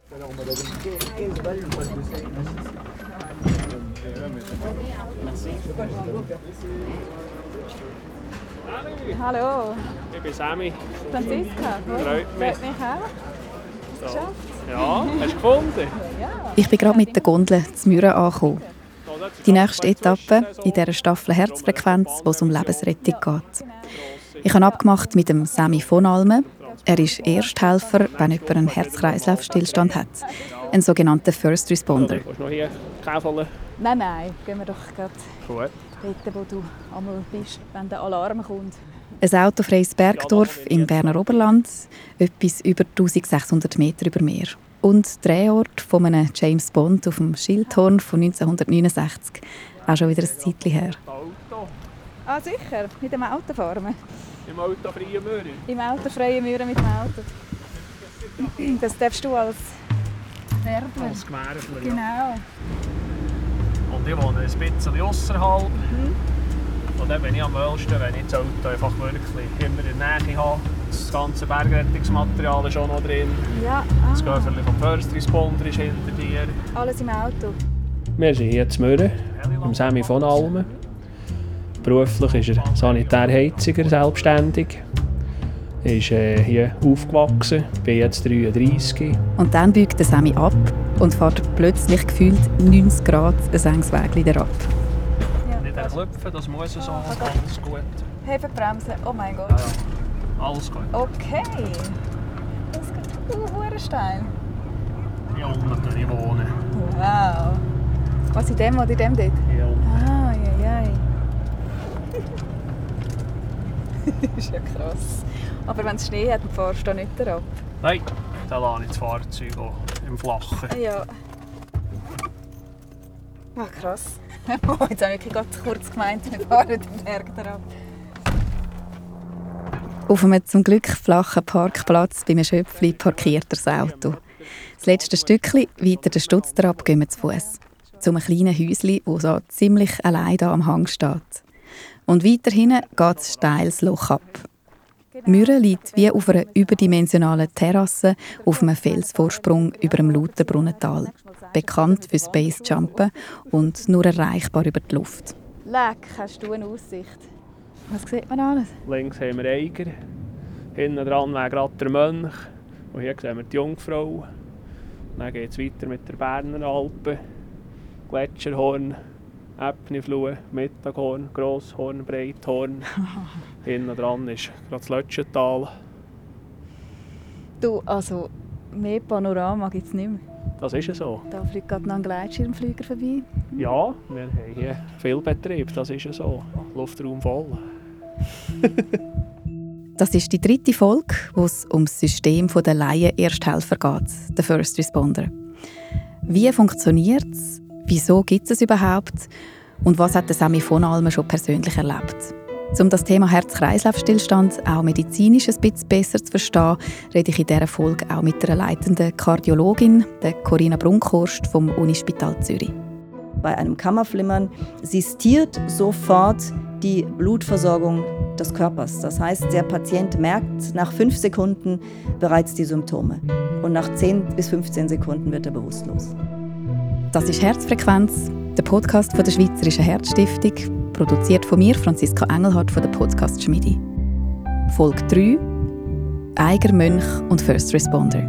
Hallo. Ich bin Sammy. Franziska. Freut mich. Freut mich auch. So. Ja, hast du gefunden? Ich bin gerade mit der Gondel zu Mürren angekommen. Die nächste Etappe in dieser Staffel Herzfrequenz, wo es um Lebensrettung geht. Ich habe abgemacht mit dem Sammy von Almen. Er ist Ersthelfer, wenn jemand einen Herz-Kreislauf-Stillstand hat. Ein sogenannter First Responder. Willst du noch hier käfeln? Nein, gehen wir doch gerade Gut. dort, wo du einmal bist, wenn der Alarm kommt. Ein autofreies Bergdorf im Berner Oberland, etwas über 1600 Meter über Meer. Und Drehort von einem James Bond auf dem Schildhorn von 1969. Auch schon wieder ein Zeitchen her. Auto. Ah, sicher, mit dem Auto fahren wir. Im autofreien Mürren. Im autofreien Mühren mit dem Auto. Das darfst du als Werbler. Als Gewerbler, ja. Genau. Und ich wohne ein bisschen ausserhalb. Und dann bin ich am wohlsten, wenn ich das Auto einfach wirklich immer in der Nähe habe. Das ganze Bergrettungsmaterial ist auch noch drin. Ja, Das Gäuferli vom First Responder ist hinter dir. alles im Auto. Wir sind hier in Mürren, beim Sammy von Almen. Beruflich ist er Sanitärheiziger, selbstständig. Er ist hier aufgewachsen, bin jetzt 33. Und dann biegt der Sammy ab und fährt plötzlich gefühlt 90 Grad ein enges Wägli ab. Ja, Nicht erklopfen, das muss so, alles gut. Hebebremse, oh mein Gott. Ja, alles gut. Okay. Das geht verdammt steil. Hier unten ich wohne. Wow. Was in dem oder in dem dort? Hier unten. Ah, ja. Das ist ja krass. Aber wenn es Schnee hat, dann fahrst du da nicht ab. Nein, da lasse ich das Fahrzeug auch im Flachen. Ja. Ah, krass. Jetzt habe ich wirklich gerade kurz gemeint, wir fahren den Berg ab. Auf einem zum Glück flachen Parkplatz bei einem Schöpfli parkiert er das Auto. Das letzte Stückchen weiter den Stutz herab gehen wir zu Fuss. Zu einem kleinen Häuschen, das so ziemlich allein da am Hang steht. Und weiter hinten geht es steil das Loch ab. Mürren liegt wie auf einer überdimensionalen Terrasse auf einem Felsvorsprung über dem Lauterbrunnental. Bekannt für Space Jumpen und nur erreichbar über die Luft. Leck, hast du eine Aussicht? Was sieht man alles? Links haben wir Eiger, hinten dran wäre gerade der Mönch und hier sehen wir die Jungfrau. Dann geht es weiter mit der Berner Alpen, Gletscherhorn, Äpnefluhe, Mittaghorn, Grosshorn, Breithorn. Hinten dran ist gerade das Lötschental. Du, also mehr Panorama gibt es nicht mehr. Das ist so. Da fliegt gerade noch ein Gleitschirmflüger vorbei. Ja, wir haben hier viel Betrieb, das ist so. Luftraum voll. Das ist die 3. Folge, wo es um das System der Laien-Ersthelfer geht, der First Responder. Wie funktioniert es? Wieso gibt es überhaupt? Und was hat Sammy von Almen schon persönlich erlebt? Um das Thema Herz-Kreislauf-Stillstand auch medizinisch ein bisschen besser zu verstehen, rede ich in dieser Folge auch mit der leitenden Kardiologin, der Corinna Brunkhorst vom Unispital Zürich. Bei einem Kammerflimmern sistiert sofort die Blutversorgung des Körpers. Das heißt, der Patient merkt nach 5 Sekunden bereits die Symptome. Und nach 10 bis 15 Sekunden wird er bewusstlos. Das ist Herzfrequenz, der Podcast von der Schweizerischen Herzstiftung, produziert von mir, Franziska Engelhardt von der Podcast Schmiedi. Folge 3: Eiger, Mönch und First Responder.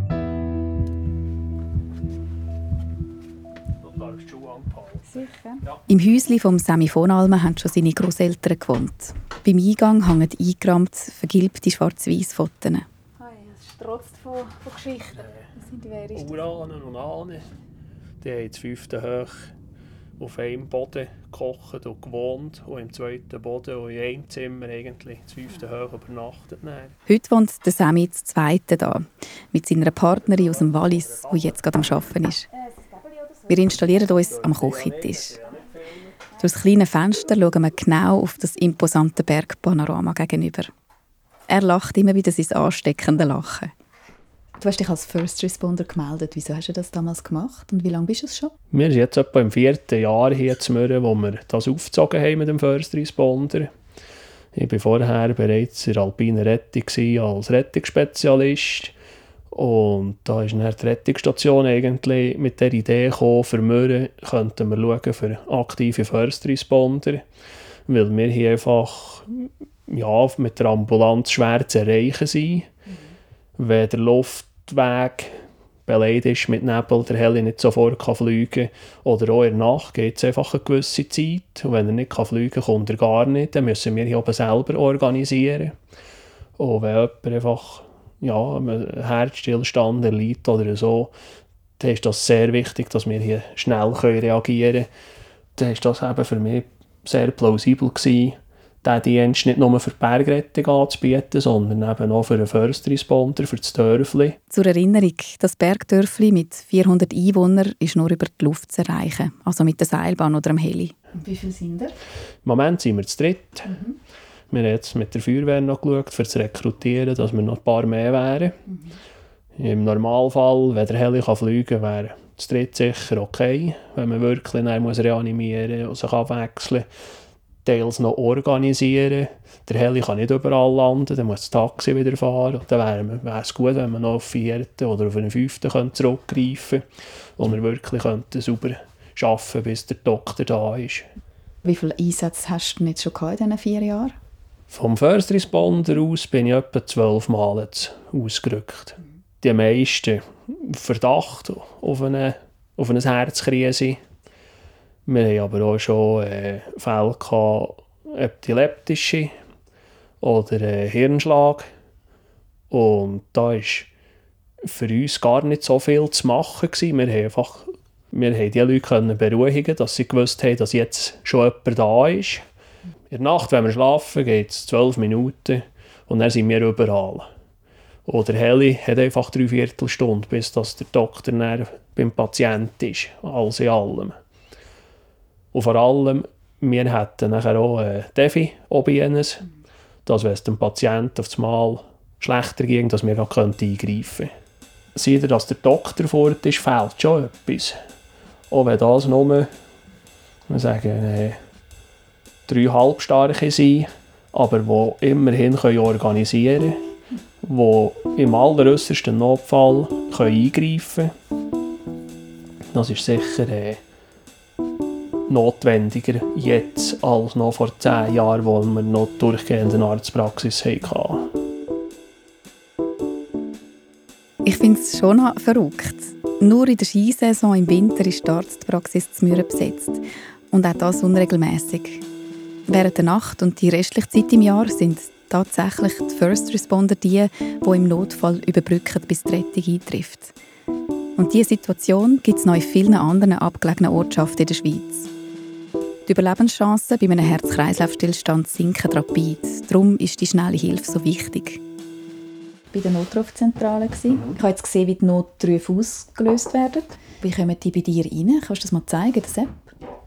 Du darfst die Schuhe anpacken. Sicher. Im Häuschen von Sammy von Almen haben schon seine Grosseltern gewohnt. Beim Eingang hängen eingerahmt vergilbte Schwarz-Weiß-Fotos. Es strotzt von Geschichten. Das sind die Wer Uranen und Ahnen. Die haben das 5. Hoch auf einem Boden gekocht und gewohnt und im 2. Boden und in einem Zimmer eigentlich das 5. Hoch übernachtet. Heute wohnt der Sammy das 2. da, mit seiner Partnerin aus dem Wallis, die jetzt gerade am Arbeiten ist. Wir installieren uns am Küchentisch. Durch das kleine Fenster schauen wir genau auf das imposante Bergpanorama gegenüber. Er lacht immer wieder sein ansteckendes Lachen. Du hast dich als First Responder gemeldet. Wieso hast du das damals gemacht und wie lange bist du es schon? Wir sind jetzt etwa im 4. Jahr hier zu Mürren, wo wir das aufgezogen haben mit dem First Responder. Ich war vorher bereits in der alpinen Rettung als Rettungsspezialist Und da ist dann die Rettungsstation eigentlich mit der Idee gekommen, für Möhren könnten wir schauen für aktive First Responder, weil wir hier einfach mit der Ambulanz schwer zu erreichen sind. Wenn der Luftweg beleidigt ist mit Nebel, der Heli nicht sofort fliegen kann, oder auch in der Nacht geht es einfach eine gewisse Zeit. Und wenn er nicht fliegen kann, kommt er gar nicht. Dann müssen wir hier oben selber organisieren. Und wenn jemand einfach einen Herzstillstand erleidet oder so, dann ist das sehr wichtig, dass wir hier schnell reagieren können. Dann war das eben für mich sehr plausibel gewesen, diesen Dienst nicht nur für die Bergrettung anzubieten, sondern eben auch für einen First Responder, für das Dörfli. Zur Erinnerung, das Bergdörfli mit 400 Einwohnern ist nur über die Luft zu erreichen, also mit der Seilbahn oder dem Heli. Und wie viele sind ihr? Im Moment sind wir zu dritt. Wir haben jetzt mit der Feuerwehr noch geschaut, für zu rekrutieren, dass wir noch ein paar mehr wären. Im Normalfall, wenn der Heli fliegen kann, wäre das dritt sicher okay, wenn man wirklich reanimieren und sich abwechseln muss. Teils noch organisieren. Der Heli kann nicht überall landen, dann muss das Taxi wieder fahren. Und dann wäre es gut, wenn man noch auf den 4. oder auf den 5. zurückgreifen könnte, wo wir wirklich sauber arbeiten können, bis der Doktor da ist. Wie viele Einsätze hast du jetzt schon in diesen 4 Jahren? Vom First Responder aus bin ich etwa 12 Mal jetzt ausgerückt. Die meisten Verdacht auf eine Herzkrise. Wir haben aber auch schon Fälle gehabt, epileptische oder Hirnschlag. Und da war für uns gar nicht so viel zu machen. Wir haben die Leute beruhigen, dass sie gewusst haben, dass jetzt schon jemand da ist. In der Nacht, wenn wir schlafen, geht es 12 Minuten und dann sind wir überall. Oder Heli hat einfach 3/4 Stunde, bis der Doktor dann beim Patienten ist, alles in allem. Und vor allem, wir hätten nachher auch Defi obienes, dass wenn es dem Patienten auf das Mal schlechter ging, dass wir auch eingreifen können. Seit dass der Doktor fort ist, fehlt schon etwas. Auch wenn das nur, wir sagen, 3 Halbstarke sind, aber die immerhin organisieren können, die im alleräussersten Notfall eingreifen können. Das ist sicher notwendiger jetzt als noch vor 10 Jahren, wo wir noch durchgehende Arztpraxis hatten. Ich finde es schon noch verrückt. Nur in der Skisaison im Winter ist die Arztpraxis zu Mürren besetzt. Und auch das unregelmäßig. Während der Nacht und die restliche Zeit im Jahr sind tatsächlich die First Responder die im Notfall überbrücken, bis die Rettung eintrifft. Und diese Situation gibt es noch in vielen anderen abgelegenen Ortschaften in der Schweiz. Die Überlebenschancen bei einem Herz-Kreislauf-Stillstand sinken rapid. Darum ist die schnelle Hilfe so wichtig. Bei der Notrufzentrale. Ich habe jetzt gesehen, wie die Notrufe ausgelöst werden. Wie kommen die bei dir rein? Kannst du das mal zeigen, das App?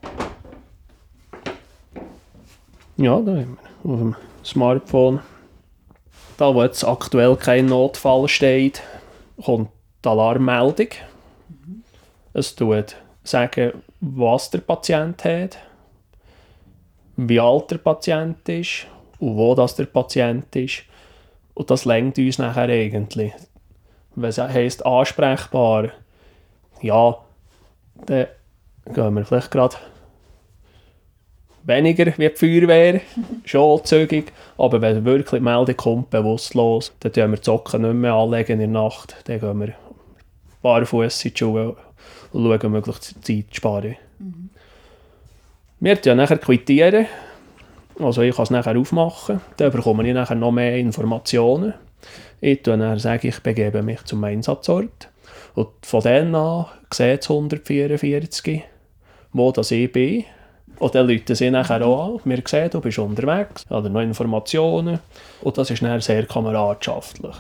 Ja, da haben wir auf dem Smartphone. Da, wo jetzt aktuell kein Notfall steht, kommt die Alarmmeldung. Es tut sagen, was der Patient hat, wie alt der Patient ist und wo das der Patient ist. Und das lenkt uns nachher eigentlich. Wenn es heisst ansprechbar, ja, dann gehen wir vielleicht gerade weniger wie die Feuerwehr, schon zügig. Aber wenn wirklich die Meldung kommt, bewusstlos, dann tun wir die Socken nicht mehr anlegen in der Nacht. Dann gehen wir barfuss in die Schuhe und schauen, möglichst Zeit zu sparen. Wir quittieren nachher. Also ich kann es nachher aufmachen. Dann bekomme ich nachher noch mehr Informationen. Ich sage, ich begebe mich zum Einsatzort. Und von dann an sieht es 144, wo das ich bin. Und dann rufen sie nachher auch an. Wir sehen, du bist unterwegs. Oder noch Informationen. Und das ist dann sehr kameradschaftlich.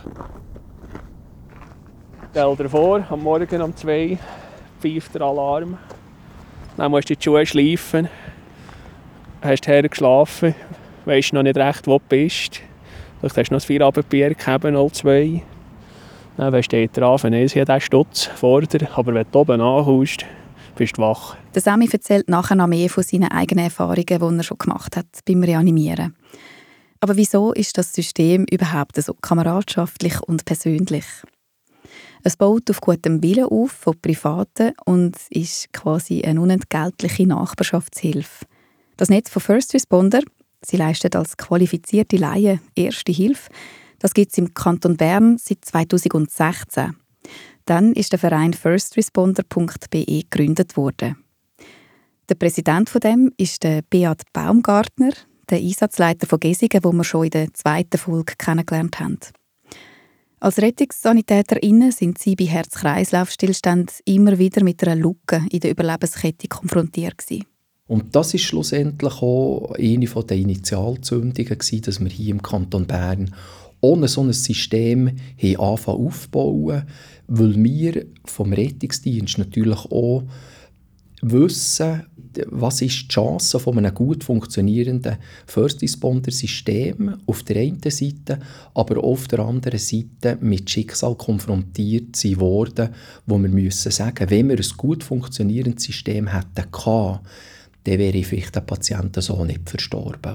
Stell dir vor, am Morgen um 2 pfeift der Alarm. Dann musst du die Schuhe schleifen. Hast hergeschlafen, weisst noch nicht recht, wo du bist. Vielleicht hast du noch ein Feierabendbier gegeben, 02. Dann steht der an, ich habe diesen Stutz vor dir, aber wenn du oben ankommst, bist du wach. Der Sami erzählt nachher noch mehr von seinen eigenen Erfahrungen, die er schon gemacht hat beim Reanimieren. Aber wieso ist das System überhaupt so kameradschaftlich und persönlich? Es baut auf gutem Willen auf von Privaten und ist quasi eine unentgeltliche Nachbarschaftshilfe. Das Netz von First Responder, sie leistet als qualifizierte Laie Erste Hilfe, das gibt es im Kanton Bern seit 2016. Dann ist der Verein firstresponder.be gegründet worden. Der Präsident von dem ist der Beat Baumgartner, der Einsatzleiter von Gesigen, den wir schon in der 2. Folge kennengelernt haben. Als RettungssanitäterInnen sind sie bei Herz-Kreislauf-Stillstand immer wieder mit einer Lücke in der Überlebenskette konfrontiert gewesen. Und das war schlussendlich auch eine der Initialzündungen, dass wir hier im Kanton Bern ohne so ein System anfangen aufzubauen, weil wir vom Rettungsdienst natürlich auch wissen, was ist die Chance von einem gut funktionierenden First-Responder-System auf der einen Seite, aber auch auf der anderen Seite mit Schicksal konfrontiert sind worden, wo wir müssen sagen, wenn wir ein gut funktionierendes System hätten gehabt, dann wäre vielleicht der Patient so nicht verstorben.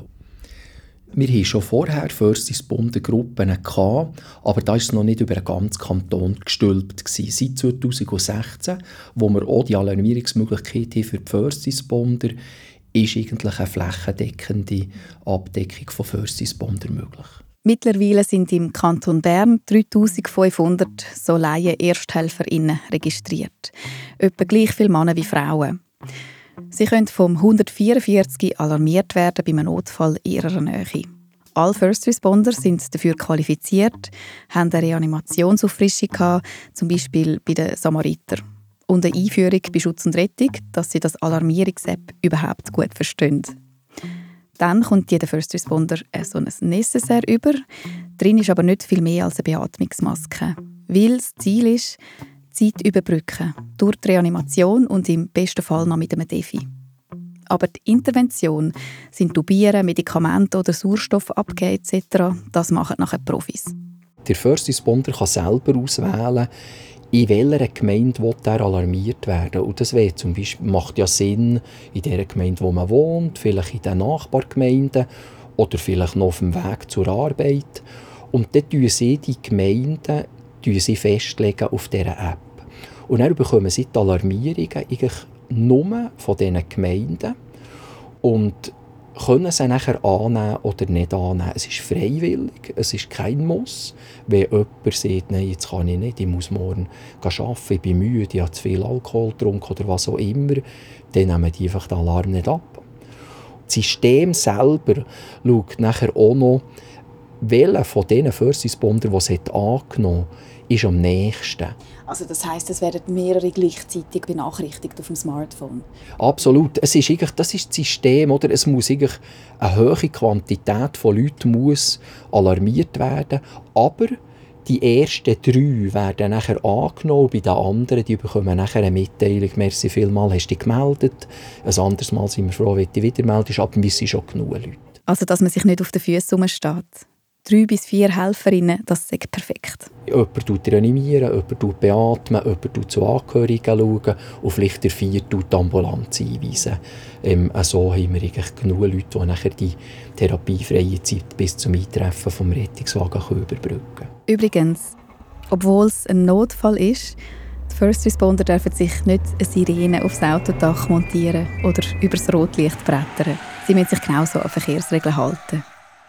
Wir hatten schon vorher First Responder-Gruppen, aber da war es noch nicht über den ganzen Kanton gestülpt. Seit 2016, wo wir auch die Alarmierungsmöglichkeit haben für die First Responder, ist eigentlich eine flächendeckende Abdeckung von First Responder möglich. Mittlerweile sind im Kanton Bern 3500 so Laien-ErsthelferInnen registriert. Etwa gleich viele Männer wie Frauen. Sie können vom 144 alarmiert werden bei einem Notfall in ihrer Nähe. Alle First Responder sind dafür qualifiziert, haben eine Reanimationsauffrischung gehabt, zum Beispiel bei den Samariter. Und eine Einführung bei Schutz und Rettung, dass sie das Alarmierungs-App überhaupt gut verstehen. Dann kommt jeder First Responder so ein Necessaire über. Drin ist aber nicht viel mehr als eine Beatmungsmaske. Weil das Ziel ist, Zeit überbrücken, durch die Reanimation und im besten Fall noch mit einem Defi. Aber die Intervention, das Intubieren, Medikamente oder Sauerstoff abgeben etc., das machen nachher Profis. Der First Responder kann selber auswählen, in welcher Gemeinde er alarmiert werden will. Und das zum Beispiel macht ja Sinn in der Gemeinde, wo man wohnt, vielleicht in den Nachbargemeinden oder vielleicht noch auf dem Weg zur Arbeit. Und dann festlegen sie die Gemeinden festlegen auf dieser App. Und dann bekommen sie die Alarmierungen eigentlich nur von diesen Gemeinden und können sie nachher annehmen oder nicht annehmen. Es ist freiwillig, es ist kein Muss. Wenn jemand sagt, nein, jetzt kann ich nicht, ich muss morgen arbeiten, ich bin müde, ich habe zu viel Alkohol getrunken oder was auch immer, dann nehmen die einfach den Alarm nicht ab. Das System selber schaut nachher auch noch, welcher von diesen First Responder, die es angenommen hat, ist am nächsten. Also das heisst, es werden mehrere gleichzeitig benachrichtigt auf dem Smartphone? Absolut. Das ist das System. Oder? Es muss eine hohe Quantität von Leuten muss alarmiert werden. Aber die ersten 3 werden nachher angenommen. Bei den anderen die bekommen nachher eine Mitteilung. Merci vielmals, hast du dich gemeldet. Ein anderes Mal sind wir froh, wenn du wieder meldest. Aber wir sind schon genug Leute. Also, dass man sich nicht auf den Füßen rumsteht. 3 bis 4 Helferinnen, das ist perfekt. Jemand tut reanimieren, jemand tut beatmen, jemand tut zu Angehörigen schauen und vielleicht der 4 tut die Ambulanz einweisen. So haben wir eigentlich genug Leute, die nachher die therapiefreie Zeit bis zum Eintreffen des Rettungswagen überbrücken können. Übrigens, obwohl es ein Notfall ist, die First Responder dürfen sich nicht eine Sirene aufs Autodach montieren oder über das Rotlicht brettern. Sie müssen sich genauso an Verkehrsregeln halten.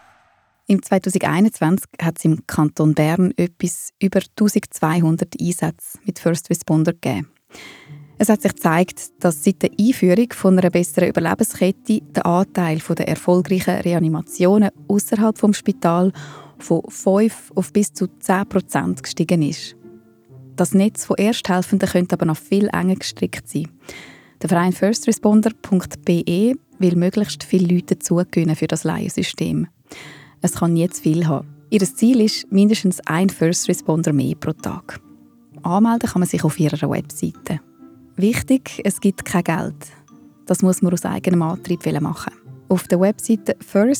Im 2021 hat es im Kanton Bern etwas über 1200 Einsätze mit First Responder gegeben. Es hat sich gezeigt, dass seit der Einführung von einer besseren Überlebenskette der Anteil der erfolgreichen Reanimationen außerhalb des Spitals von 5 auf bis zu 10% gestiegen ist. Das Netz von Ersthelfenden könnte aber noch viel enger gestrickt sein. Der Verein firstresponder.be will möglichst viele Leute dazugewinnen für das Laiensystem. Es kann nie zu viel haben. Ihr Ziel ist mindestens ein First Responder mehr pro Tag. Anmelden kann man sich auf ihrer Webseite. Wichtig, es gibt kein Geld. Das muss man aus eigenem Antrieb machen. Auf der Webseite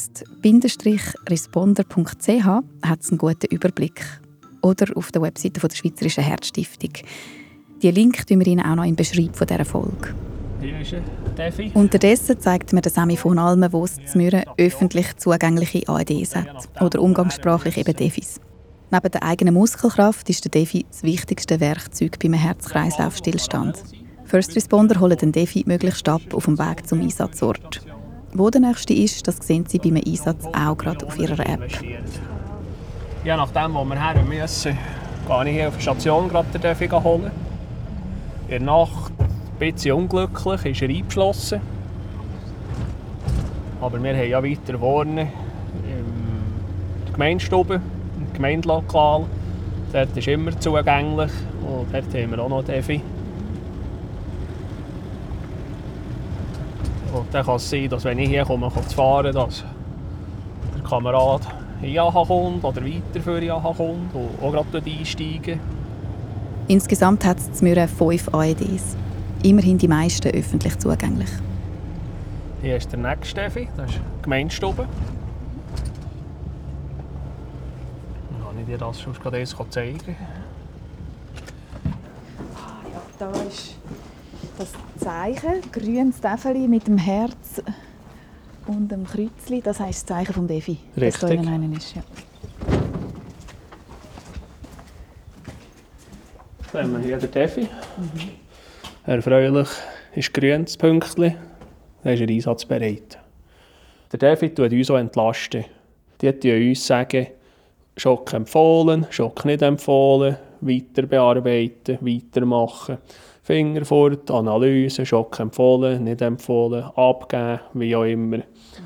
first-responder.ch hat es einen guten Überblick. Oder auf der Webseite der Schweizerischen Herzstiftung. Die Link tun wir Ihnen auch noch im Beschreib dieser Folge. Hier ist er, Defi. Unterdessen zeigt mir der Sami von Almen, wo es zu Mürren öffentlich zugängliche AEDs hat. Oder umgangssprachlich eben Defis. Neben der eigenen Muskelkraft ist der Defi das wichtigste Werkzeug beim Herz-Kreislauf-Stillstand. First Responder holen den Defi möglichst ab auf dem Weg zum Einsatzort. Wo der nächste ist, das sehen Sie beim Einsatz auch gerade auf Ihrer App. Je nachdem, wo wir her müssen, gehe ich hier auf der Station gerade den Defi holen. In der Nacht ein bisschen unglücklich, ist er eingeschlossen. Aber wir haben ja weiter vorne in der Gemeindestube, im Gemeindelokal. Dort ist immer zugänglich und dort haben wir auch noch Defi. Und dann kann es sein, dass wenn ich hier komme, zu fahren, dass der Kamerad in Jaha kommt oder weiter für Jaha kommt und auch gerade einsteigen. Insgesamt hat es in Mürren 5 AEDs. Immerhin die meisten öffentlich zugänglich. Hier ist der nächste Defi, das ist die Gemeindestube. Dann kann ich dir das schon gerade zeigen. Da ist das Zeichen, grünes Täfeli mit dem Herz und dem Kreuzchen. Das heisst das Zeichen vom Defi. Richtig. Das da innen ist, ja. Dann haben wir hier den Defi. Erfreulich ist grün das Pünktchen. Dann ist er einsatzbereit. Der Defi tut uns auch entlasten. Die sagen uns sagen, Schock empfohlen, Schock nicht empfohlen, weiter bearbeiten, weitermachen. Finger fort, Analyse, Schock empfohlen, nicht empfohlen, abgeben, wie auch immer.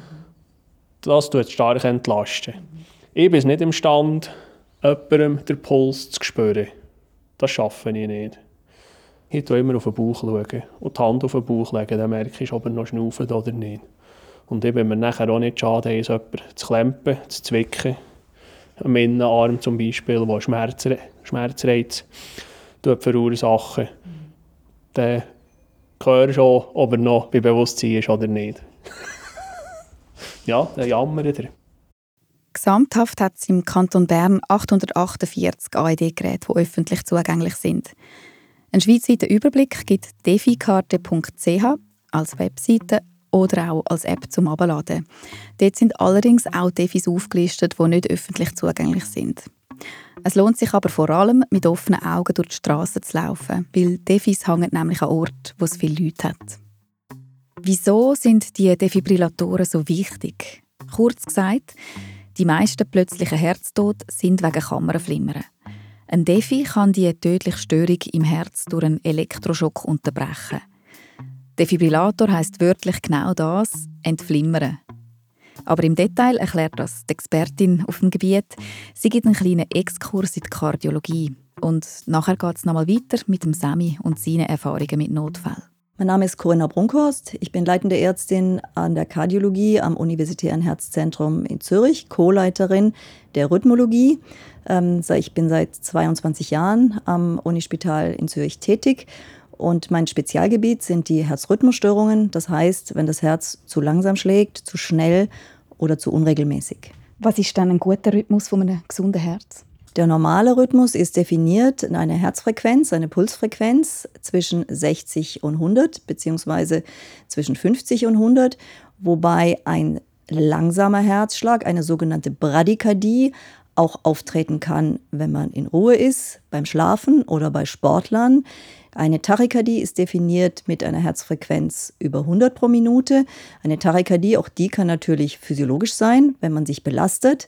Das tut stark entlasten. Ich bin nicht imstande, jemandem den Puls zu spüren. Das schaffe ich nicht. Ich schaue immer auf den Bauch schauen und die Hand auf den Bauch legen, dann merke ich, ob er noch schnauft oder nicht. Und ich bin mir nachher auch nicht schade, jemanden zu klempen, zu zwicken. Am Innenarm zum Beispiel, der Schmerzreiz verursachen. Dann hörst du auch, ob er noch bei Bewusstsein ist oder nicht. Ja, dann jammert er. Gesamthaft hat es im Kanton Bern 848 AED-Geräte, die öffentlich zugänglich sind. Einen schweizweiten Überblick gibt defikarte.ch als Webseite oder auch als App zum Herunterladen. Dort sind allerdings auch Defis aufgelistet, die nicht öffentlich zugänglich sind. Es lohnt sich aber vor allem, mit offenen Augen durch die Strassen zu laufen, weil Defis hängen nämlich an Orten, wo es viele Leute hat. Wieso sind die Defibrillatoren so wichtig? Kurz gesagt, die meisten plötzlichen Herztote sind wegen Kammerflimmern. Ein Defi kann die tödliche Störung im Herz durch einen Elektroschock unterbrechen. Defibrillator heisst wörtlich genau das, entflimmern. Aber im Detail erklärt das die Expertin auf dem Gebiet. Sie gibt einen kleinen Exkurs in die Kardiologie. Und nachher geht es nochmal weiter mit dem Sami und seinen Erfahrungen mit Notfällen. Mein Name ist Corinna Brunkhorst. Ich bin leitende Ärztin an der Kardiologie am Universitären Herzzentrum in Zürich, Co-Leiterin der Rhythmologie. Ich bin seit 22 Jahren am Unispital in Zürich tätig. Und mein Spezialgebiet sind die Herzrhythmusstörungen. Das heißt, wenn das Herz zu langsam schlägt, zu schnell oder zu unregelmäßig. Was ist dann ein guter Rhythmus von einem gesunden Herz? Der normale Rhythmus ist definiert in eine Herzfrequenz, eine Pulsfrequenz zwischen 60 und 100 beziehungsweise zwischen 50 und 100, wobei ein langsamer Herzschlag, eine sogenannte Bradykardie, auch auftreten kann, wenn man in Ruhe ist, beim Schlafen oder bei Sportlern. Eine Tachykardie ist definiert mit einer Herzfrequenz über 100 pro Minute. Eine Tachykardie, auch die kann natürlich physiologisch sein, wenn man sich belastet.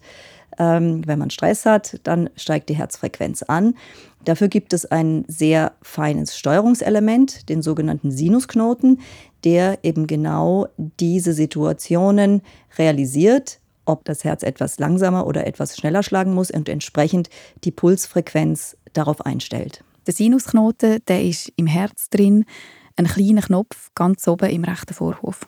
Wenn man Stress hat, dann steigt die Herzfrequenz an. Dafür gibt es ein sehr feines Steuerungselement, den sogenannten Sinusknoten, der eben genau diese Situationen realisiert, ob das Herz etwas langsamer oder etwas schneller schlagen muss und entsprechend die Pulsfrequenz darauf einstellt. Der Sinusknoten, der ist im Herz drin, ein kleiner Knopf ganz oben im rechten Vorhof.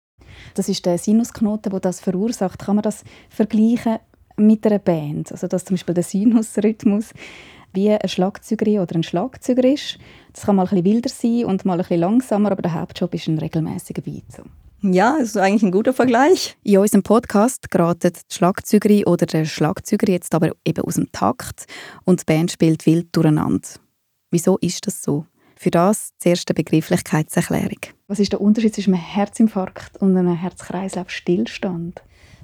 Das ist der Sinusknoten, der das verursacht. Kann man das vergleichen mit einer Band? Also dass zum Beispiel der Sinusrhythmus wie eine Schlagzeugerin oder ein Schlagzeuger ist. Das kann mal ein bisschen wilder sein und mal ein bisschen langsamer, aber der Hauptjob ist ein regelmäßiger Beat. Ja, das ist eigentlich ein guter Vergleich. In unserem Podcast geraten die Schlagzeugerin oder der Schlagzeuger jetzt aber eben aus dem Takt und die Band spielt wild durcheinander. Wieso ist das so? Für das zuerst eine Begrifflichkeitserklärung. Was ist der Unterschied zwischen einem Herzinfarkt und einem Herz-Kreislauf-Stillstand?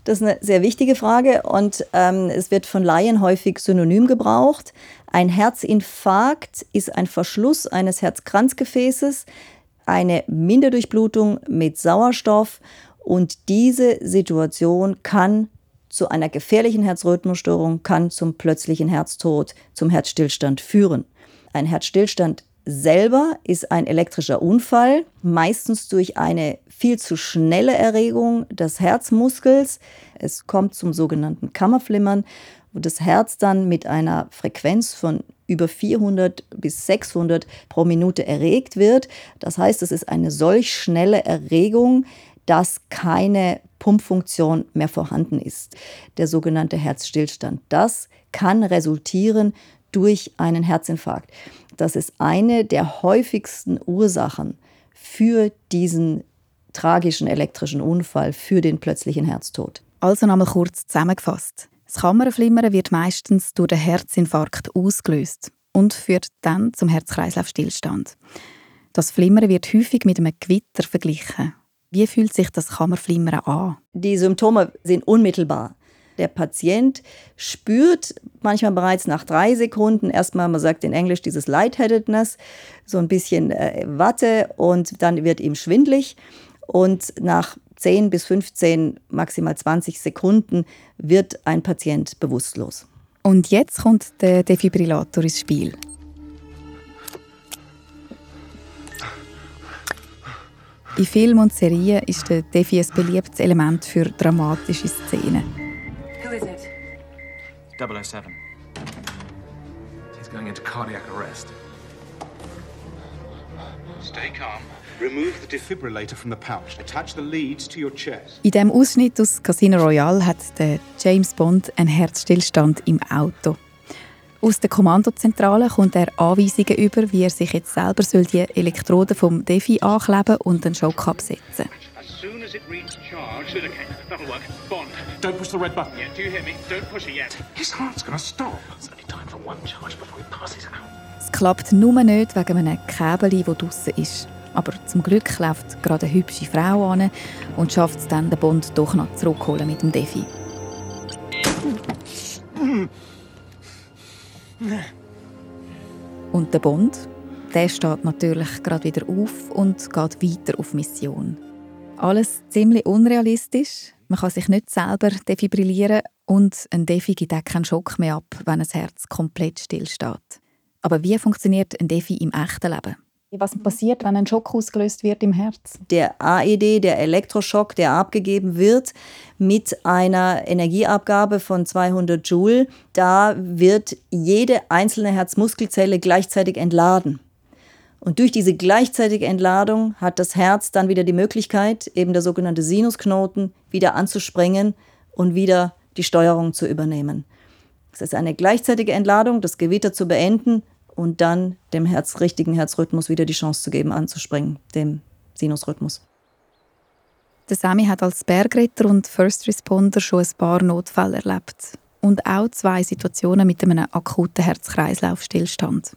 Das ist eine sehr wichtige Frage und es wird von Laien häufig synonym gebraucht. Ein Herzinfarkt ist ein Verschluss eines Herzkranzgefäßes, eine Minderdurchblutung mit Sauerstoff und diese Situation kann zu einer gefährlichen Herzrhythmusstörung, kann zum plötzlichen Herztod, zum Herzstillstand führen. Ein Herzstillstand selber ist ein elektrischer Unfall, meistens durch eine viel zu schnelle Erregung des Herzmuskels. Es kommt zum sogenannten Kammerflimmern, wo das Herz dann mit einer Frequenz von über 400 bis 600 pro Minute erregt wird. Das heißt, es ist eine solch schnelle Erregung, dass keine Pumpfunktion mehr vorhanden ist. Der sogenannte Herzstillstand. Das kann resultieren durch einen Herzinfarkt. Das ist eine der häufigsten Ursachen für diesen tragischen elektrischen Unfall, für den plötzlichen Herztod. Also nochmal kurz zusammengefasst. Das Kammerflimmern wird meistens durch den Herzinfarkt ausgelöst und führt dann zum Herz-Kreislauf-Stillstand. Das Flimmern wird häufig mit einem Gewitter verglichen. Wie fühlt sich das Kammerflimmern an? Die Symptome sind unmittelbar. Der Patient spürt manchmal bereits nach 3 Sekunden erstmal, man sagt in Englisch dieses Lightheadedness, so ein bisschen Watte und dann wird ihm schwindelig und nach 10 bis 15, maximal 20 Sekunden wird ein Patient bewusstlos. Und jetzt kommt der Defibrillator ins Spiel. In Filmen und Serien ist der Defi ein beliebtes Element für dramatische Szenen. Who is it? 007. He's going into cardiac arrest. Stay calm. Remove the defibrillator from the pouch. Attach the leads to your chest. In diesem Ausschnitt aus Casino Royale hat der James Bond einen Herzstillstand im Auto. Aus der Kommandozentrale kommt er Anweisungen über, wie er sich jetzt selber die Elektroden vom Defi ankleben und den Schock absetzen. As soon as it reads charge, okay, that'll work. Bond. Don't push the red button. Yeah, do you hear me? Don't push it yet. His heart's gonna stop. It's only time for one charge before he passes out. Es klappt nur nicht wegen einem Käbel, das draussen ist. Aber zum Glück läuft gerade eine hübsche Frau an und schafft es dann, den Bond doch noch zurückholen mit dem Defi. Und der Bond, der steht natürlich gerade wieder auf und geht weiter auf Mission. Alles ziemlich unrealistisch. Man kann sich nicht selber defibrillieren und ein Defi gibt auch keinen Schock mehr ab, wenn das Herz komplett still steht. Aber wie funktioniert ein Defi im echten Leben? Was passiert, wenn ein Schock ausgelöst wird im Herz? Der AED, der Elektroschock, der abgegeben wird mit einer Energieabgabe von 200 Joule, da wird jede einzelne Herzmuskelzelle gleichzeitig entladen. Und durch diese gleichzeitige Entladung hat das Herz dann wieder die Möglichkeit, eben der sogenannte Sinusknoten, wieder anzuspringen und wieder die Steuerung zu übernehmen. Es ist eine gleichzeitige Entladung, das Gewitter zu beenden und dann dem richtigen Herzrhythmus wieder die Chance zu geben, anzuspringen, dem Sinusrhythmus. Der Sami hat als Bergretter und First Responder schon ein paar Notfälle erlebt. Und auch 2 Situationen mit einem akuten Herz-Kreislauf-Stillstand.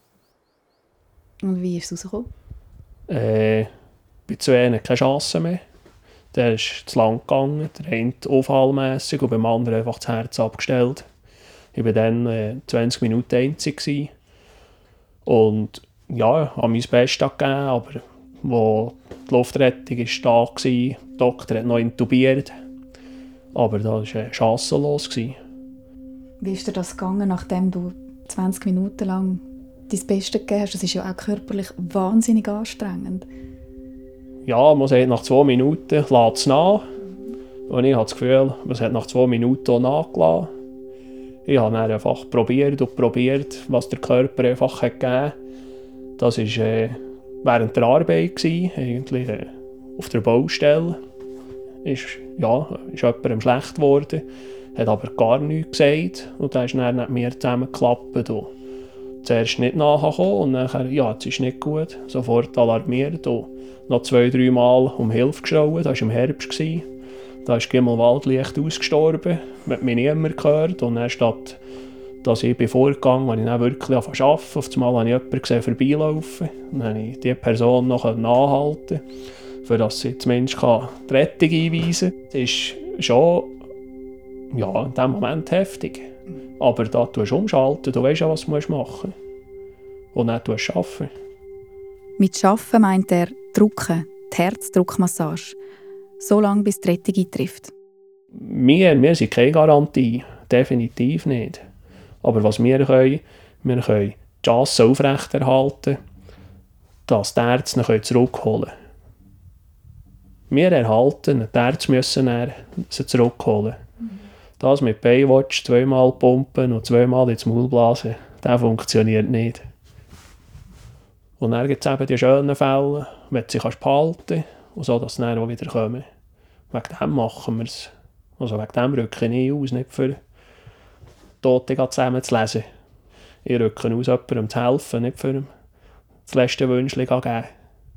Und wie ist es rausgekommen? Bei 2 keine Chance mehr. Der ist zu lang gegangen, der eine unfallmässig und beim anderen einfach das Herz abgestellt. Ich war dann 20 Minuten einzig. Und ja, ich habe mein Bestes gegeben, aber wo die Luftrettung da war, der Doktor hat noch intubiert. Aber das war chancenlos. Wie ist dir das gegangen, nachdem du 20 Minuten lang dein Bestes gegeben hast? Das ist ja auch körperlich wahnsinnig anstrengend. Ja, man sagt, nach 2 Minuten lässt es nach. Und ich habe das Gefühl, es hat nach 2 Minuten auch nachgelassen. Ich habe dann einfach probiert, was der Körper einfach gegeben hat. Das war während der Arbeit, eigentlich auf der Baustelle. Ist jemandem schlecht geworden, hat aber gar nichts gesagt. Und dann ist dann mit mir zusammengeklappt. Und zuerst nicht nachgekommen und dann, ja, jetzt ist nicht gut. Sofort alarmiert und noch 2-3 Mal um Hilfe geschrien. Das war im Herbst. Da ist Gimmelwald leicht ausgestorben, hat mich niemand gehört. Und dann statt, dass ich vorgegangen bin, als ich dann wirklich arbeiten konnte, auf einmal habe ich jemanden gesehen, vorbeilaufen. Und dann konnte ich diese Person noch anhalten, für dass sie zumindest die Rettung einweisen kann. Es ist schon Ja, in dem Moment heftig. Aber da tust du umschalten, du weißt ja, was du machen musst. Und dann tust du arbeiten. Mit Arbeiten meint er Drucken, die Herzdruckmassage. So lange, bis die Rettung eintrifft. Wir sind keine Garantie. Definitiv nicht. Aber was wir können die Chance aufrechterhalten, dass die Ärzte ihn zurückholen können. Wir erhalten, die Ärzte müssen sie zurückholen. Das mit Baywatch 2-mal pumpen und 2-mal ins Maul blasen, das funktioniert nicht. Und dann gibt es eben die schönen Fälle, wenn du sie behalten kannst, und so, dass sie dann auch wieder kommen. Wegen dem machen wir es. Also wegen dem rücke ich nicht aus, nicht für Tote zusammen zu lesen. Ich rücke aus, jemandem zu helfen, nicht für ihm das letzte Wünschchen zu geben.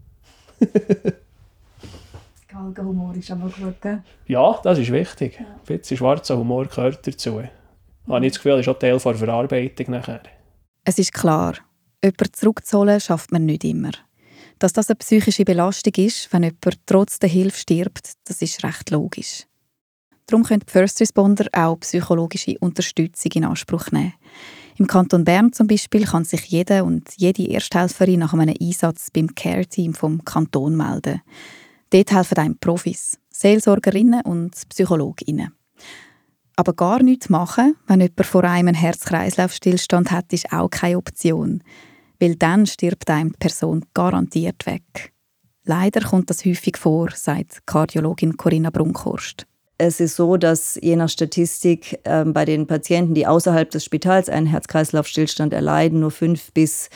Galgenhumor ist aber gut, gell? Ja, das ist wichtig. Ein bisschen schwarzer Humor gehört dazu. Ich habe nicht das Gefühl, das ist auch Teil der Verarbeitung nachher. Es ist klar, jemanden zurückzuholen schafft man nicht immer. Dass das eine psychische Belastung ist, wenn jemand trotz der Hilfe stirbt, das ist recht logisch. Darum können die First Responder auch psychologische Unterstützung in Anspruch nehmen. Im Kanton Bern zum Beispiel kann sich jeder und jede Ersthelferin nach einem Einsatz beim Care-Team vom Kanton melden. Dort helfen einem Profis, Seelsorgerinnen und Psychologinnen. Aber gar nichts machen, wenn jemand vor einem einen Herz-Kreislauf-Stillstand hat, ist auch keine Option. Weil dann stirbt einem die Person garantiert weg. Leider kommt das häufig vor, sagt Kardiologin Corinna Brunkhorst. Es ist so, dass je nach Statistik bei den Patienten, die außerhalb des Spitals einen Herz-Kreislauf-Stillstand erleiden, nur 5 bis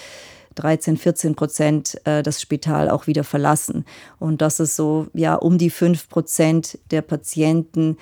13-14% das Spital auch wieder verlassen. Und dass es so um die 5% der Patienten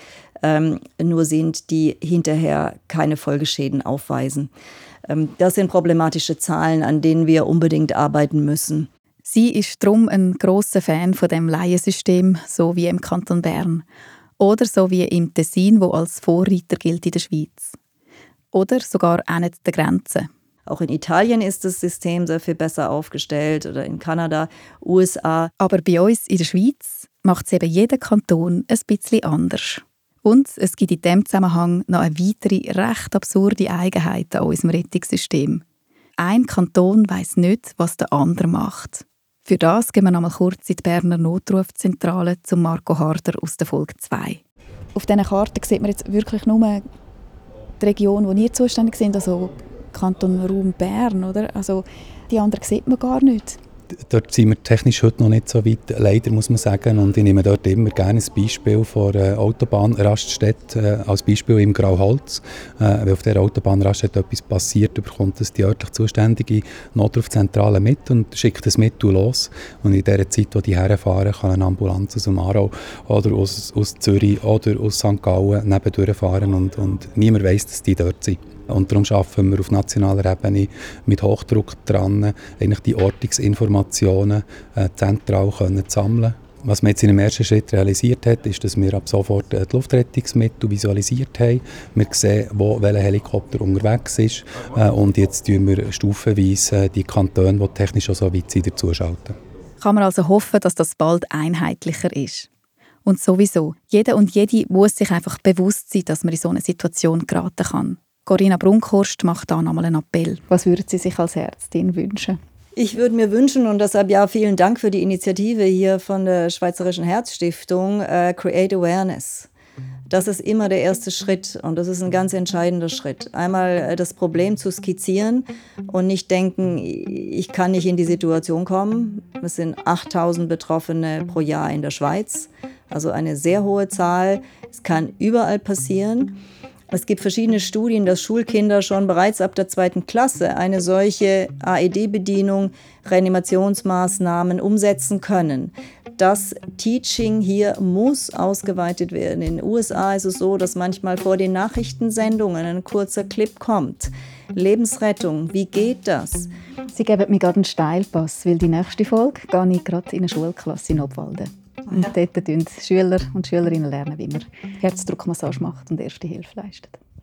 nur sind, die hinterher keine Folgeschäden aufweisen. Das sind problematische Zahlen, an denen wir unbedingt arbeiten müssen. Sie ist darum ein grosser Fan von dem Laiensystem, so wie im Kanton Bern. Oder so wie im Tessin, wo als Vorreiter gilt in der Schweiz. Oder sogar auch nicht der Grenze. Auch in Italien ist das System sehr viel besser aufgestellt oder in Kanada, USA. Aber bei uns in der Schweiz macht es eben jeder Kanton ein bisschen anders. Und es gibt in diesem Zusammenhang noch eine weitere, recht absurde Eigenheit an unserem Rettungssystem. Ein Kanton weiss nicht, was der andere macht. Für das gehen wir noch mal kurz in die Berner Notrufzentrale zu Marco Harder aus der Folge 2. Auf diesen Karten sieht man jetzt wirklich nur die Region, wo ihr zuständig sind, also Kanton Raum Bern, oder? Also die anderen sieht man gar nicht. Dort sind wir technisch heute noch nicht so weit, leider muss man sagen. Und ich nehme dort immer gerne ein Beispiel von der Autobahnraststätte als Beispiel im Grauholz. Wenn auf dieser Autobahnraststätte etwas passiert, bekommt das die örtlich zuständige Notrufzentrale mit und schickt es mit und los. Und in der Zeit, wo die herfahren, kann eine Ambulanz aus dem Aarau oder aus Zürich oder aus St. Gallen nebendurch fahren und niemand weiss, dass die dort sind. Und darum arbeiten wir auf nationaler Ebene mit Hochdruck dran, eigentlich die Ortungsinformationen zentral zu sammeln. Was man jetzt in einem ersten Schritt realisiert hat, ist, dass wir ab sofort die Luftrettungsmittel visualisiert haben. Wir sehen, wo welcher Helikopter unterwegs ist. Und jetzt tun wir stufenweise die Kantone, die technisch schon so weit sind, dazuschalten. Kann man also hoffen, dass das bald einheitlicher ist. Und sowieso, jeder und jede muss sich einfach bewusst sein, dass man in so eine Situation geraten kann. Corinna Brunkhorst macht da nochmal einen Appell. Was würden Sie sich als Ärztin wünschen? Ich würde mir wünschen, und deshalb vielen Dank für die Initiative hier von der Schweizerischen Herzstiftung, Create Awareness. Das ist immer der erste Schritt und das ist ein ganz entscheidender Schritt. Einmal das Problem zu skizzieren und nicht denken, ich kann nicht in die Situation kommen. Es sind 8.000 Betroffene pro Jahr in der Schweiz, also eine sehr hohe Zahl. Es kann überall passieren. Es gibt verschiedene Studien, dass Schulkinder schon bereits ab der 2. Klasse eine solche AED-Bedienung, Reanimationsmaßnahmen umsetzen können. Das Teaching hier muss ausgeweitet werden. In den USA ist es so, dass manchmal vor den Nachrichtensendungen ein kurzer Clip kommt. Lebensrettung, wie geht das? Sie geben mir gerade einen Steilpass, weil die nächste Folge gehe ich gerade in eine Schulklasse in Obwalden. Und dort lernen Schüler und Schülerinnen lernen, wie man Herzdruckmassage macht und erste Hilfe leistet.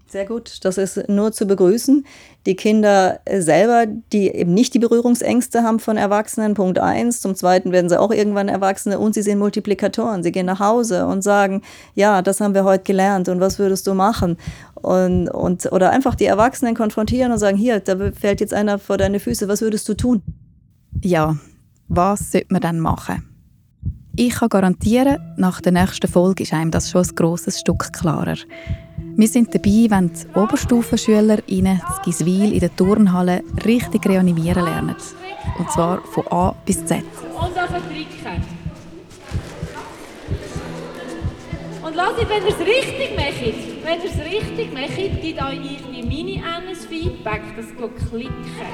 Sehr gut, das ist nur zu begrüßen. Die Kinder selber, die eben nicht die Berührungsängste haben von Erwachsenen, Punkt 1. Zum Zweiten werden sie auch irgendwann Erwachsene und sie sind Multiplikatoren. Sie gehen nach Hause und sagen, ja, das haben wir heute gelernt und was würdest du machen? Oder einfach die Erwachsenen konfrontieren und sagen, hier, da fällt jetzt einer vor deine Füße, was würdest du tun? Ja, was sollte man dann machen? Ich kann garantieren, nach der nächsten Folge ist einem das schon ein grosses Stück klarer. Wir sind dabei, wenn die Oberstufenschülerinnen in Giswil in der Turnhalle richtig reanimieren lernen. Und zwar von A bis Z. Und auf den Tricken. Und lasst euch, wenn ihr es richtig macht, gibt euch die Mini-NS-Feedback, das geht klicken.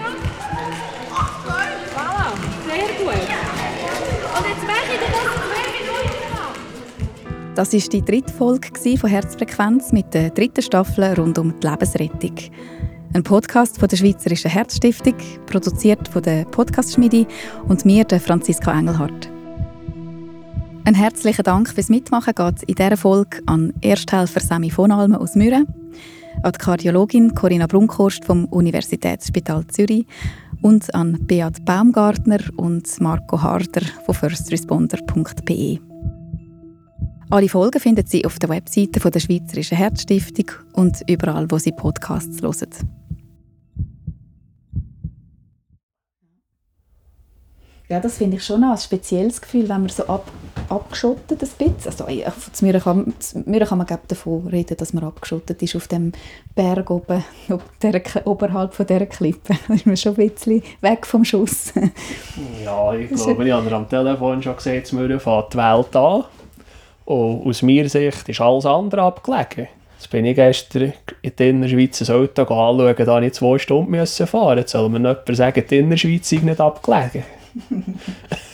Voilà, sehr gut. Und jetzt mache ich das 2 Minuten lang. Das war die 3. Folge von Herzfrequenz mit der 3. Staffel rund um die Lebensrettung. Ein Podcast von der Schweizerischen Herzstiftung, produziert von der Podcast-Schmiede und mir, der Franziska Engelhardt. Ein herzlichen Dank fürs Mitmachen geht in dieser Folge an Ersthelfer Semi von Almen aus Mürren, an die Kardiologin Corinna Brunkhorst vom Universitätsspital Zürich und an Beat Baumgartner und Marco Harder von firstresponder.be. Alle Folgen finden Sie auf der Webseite der Schweizerischen Herzstiftung und überall, wo Sie Podcasts hören. Ja, das finde ich schon ein spezielles Gefühl, wenn man so abgeschottet ein bisschen. Also, zu mir kann man davon reden, dass man abgeschottet ist auf dem Berg oben, oberhalb von dieser Klippe. Da ist man schon ein bisschen weg vom Schuss. Ja, ich glaube, ich habe am Telefon schon gesehen, dass wir fängt die Welt an. Und aus meiner Sicht ist alles andere abgelegen. Jetzt bin ich gestern in der Innerschweiz ein Auto anschauen, da musste ich 2 Stunden fahren. Jetzt soll mir jemand sagen, die Innerschweiz sei nicht abgelegen.